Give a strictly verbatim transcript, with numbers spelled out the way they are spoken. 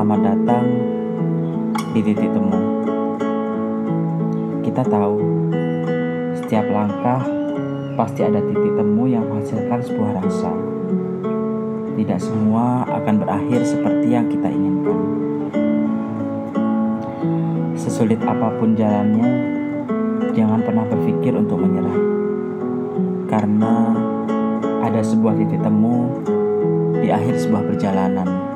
Selamat datang di titik temu. Kita tahu, setiap langkah pasti ada titik temu yang menghasilkan sebuah rasa. Tidak semua akan berakhir seperti yang kita inginkan. Sesulit apapun jalannya, jangan pernah berpikir untuk menyerah. Karena ada sebuah titik temu di akhir sebuah perjalanan.